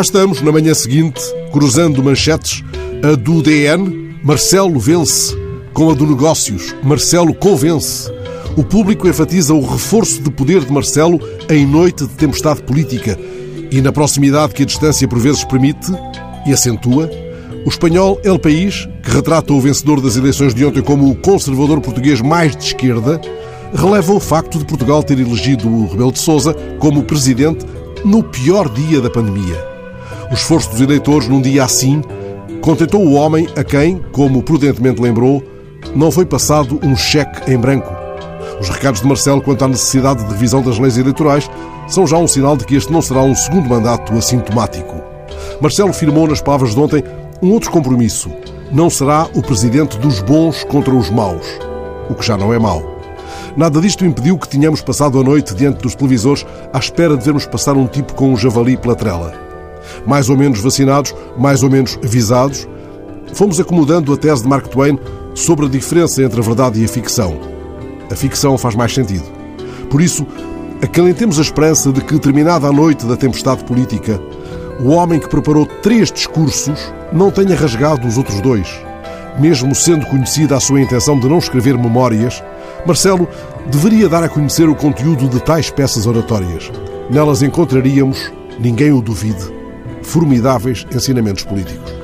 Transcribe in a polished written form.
estamos, na manhã seguinte, cruzando manchetes. A do DN, Marcelo vence, com a do Negócios, Marcelo convence. O público enfatiza o reforço de poder de Marcelo em noite de tempestade política e na proximidade que a distância por vezes permite e acentua. O espanhol El País, que retrata o vencedor das eleições de ontem como o conservador português mais de esquerda, releva o facto de Portugal ter elegido o Rebelo de Sousa como presidente no pior dia da pandemia. O esforço dos eleitores num dia assim contentou o homem a quem, como prudentemente lembrou, não foi passado um cheque em branco. Os recados de Marcelo quanto à necessidade de revisão das leis eleitorais são já um sinal de que este não será um segundo mandato assintomático. Marcelo firmou nas palavras de ontem um outro compromisso. Não será o presidente dos bons contra os maus, o que já não é mau. Nada disto impediu que tenhamos passado a noite diante dos televisores à espera de vermos passar um tipo com um javali pela trela. Mais ou menos vacinados, mais ou menos avisados, fomos acomodando a tese de Mark Twain sobre a diferença entre a verdade e a ficção. A ficção faz mais sentido. Por isso, acalentemos a esperança de que, terminada a noite da tempestade política, o homem que preparou 3 discursos não tenha rasgado os outros 2. Mesmo sendo conhecida a sua intenção de não escrever memórias, Marcelo deveria dar a conhecer o conteúdo de tais peças oratórias. Nelas encontraríamos, ninguém o duvide, formidáveis ensinamentos políticos.